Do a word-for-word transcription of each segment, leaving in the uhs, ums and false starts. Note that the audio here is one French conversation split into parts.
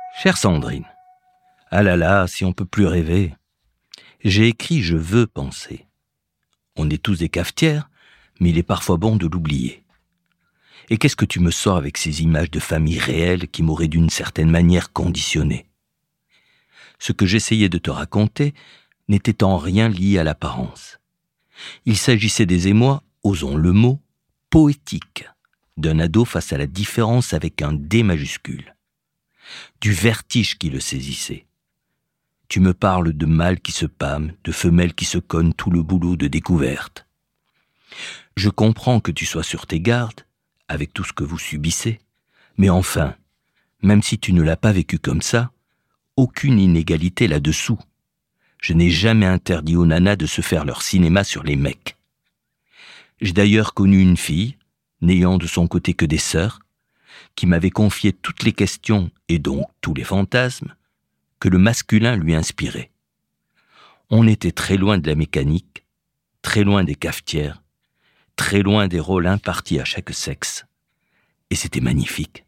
Chère Sandrine, ah là là, si on peut plus rêver. J'ai écrit « Je veux penser ». On est tous des cafetières, mais il est parfois bon de l'oublier. Et qu'est-ce que tu me sors avec ces images de famille réelles qui m'auraient d'une certaine manière conditionné ? Ce que j'essayais de te raconter n'était en rien lié à l'apparence. Il s'agissait des émois, osons le mot, poétiques, d'un ado face à la différence avec un D majuscule. Du vertige qui le saisissait. Tu me parles de mâles qui se pâment, de femelles qui se cognent tout le boulot de découverte. Je comprends que tu sois sur tes gardes, avec tout ce que vous subissez, mais enfin, même si tu ne l'as pas vécu comme ça, aucune inégalité là-dessous. Je n'ai jamais interdit aux nanas de se faire leur cinéma sur les mecs. J'ai d'ailleurs connu une fille, n'ayant de son côté que des sœurs, qui m'avait confié toutes les questions et donc tous les fantasmes que le masculin lui inspirait. On était très loin de la mécanique, très loin des cafetières, très loin des rôles impartis à chaque sexe. Et c'était magnifique.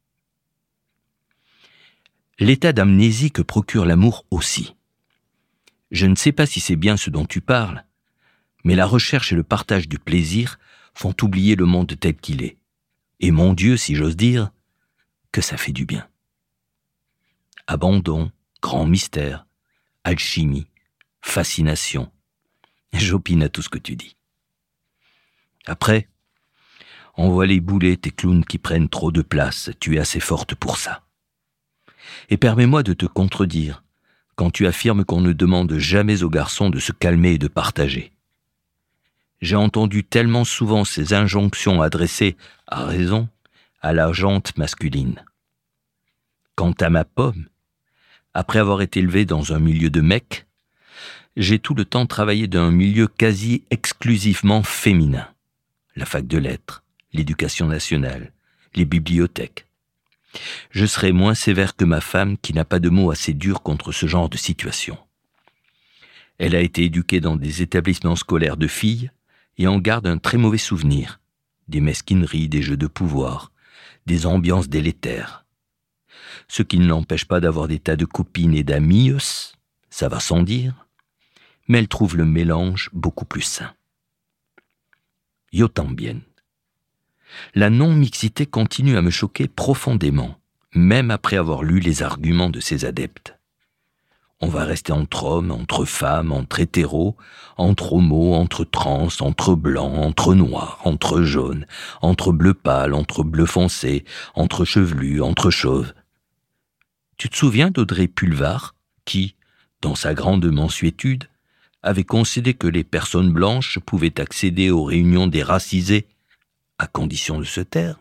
L'état d'amnésie que procure l'amour aussi. Je ne sais pas si c'est bien ce dont tu parles, mais la recherche et le partage du plaisir font oublier le monde tel qu'il est. Et mon Dieu, si j'ose dire, que ça fait du bien. Abandon, grand mystère, alchimie, fascination. J'opine à tout ce que tu dis. Après, envoie les boulets tes clowns qui prennent trop de place, tu es assez forte pour ça. Et permets-moi de te contredire quand tu affirmes qu'on ne demande jamais aux garçons de se calmer et de partager. J'ai entendu tellement souvent ces injonctions adressées, à raison, à la jante masculine. Quant à ma pomme, après avoir été élevé dans un milieu de mecs, j'ai tout le temps travaillé dans un milieu quasi exclusivement féminin. La fac de lettres, l'éducation nationale, les bibliothèques. Je serai moins sévère que ma femme qui n'a pas de mots assez durs contre ce genre de situation. Elle a été éduquée dans des établissements scolaires de filles et en garde un très mauvais souvenir. Des mesquineries, des jeux de pouvoir, des ambiances délétères. Ce qui ne l'empêche pas d'avoir des tas de copines et d'amis, ça va sans dire, mais elle trouve le mélange beaucoup plus sain. Yo también. La non-mixité continue à me choquer profondément, même après avoir lu les arguments de ses adeptes. On va rester entre hommes, entre femmes, entre hétéros, entre homos, entre trans, entre blancs, entre noirs, entre jaunes, entre bleu pâle, entre bleu foncé, entre chevelus, entre chauves. Tu te souviens d'Audrey Pulvar, qui, dans sa grande mansuétude, avait concédé que les personnes blanches pouvaient accéder aux réunions des racisés, à condition de se taire?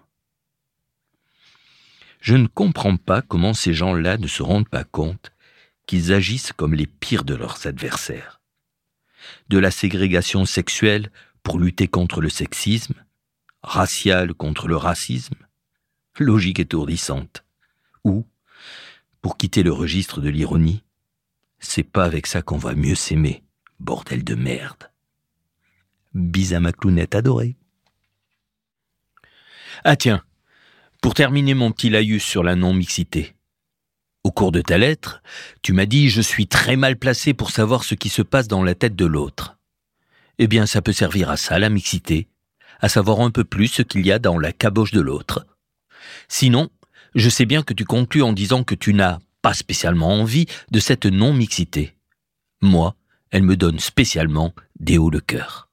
Je ne comprends pas comment ces gens-là ne se rendent pas compte qu'ils agissent comme les pires de leurs adversaires. De la ségrégation sexuelle pour lutter contre le sexisme, raciale contre le racisme, logique étourdissante. Ou, pour quitter le registre de l'ironie, c'est pas avec ça qu'on va mieux s'aimer, bordel de merde. Bis à ma clownette adorée. Ah tiens, pour terminer mon petit laïus sur la non-mixité. Au cours de ta lettre, tu m'as dit « Je suis très mal placé pour savoir ce qui se passe dans la tête de l'autre ». Eh bien, ça peut servir à ça, la mixité, à savoir un peu plus ce qu'il y a dans la caboche de l'autre. Sinon, je sais bien que tu conclus en disant que tu n'as pas spécialement envie de cette non-mixité. Moi, elle me donne spécialement des hauts le cœur.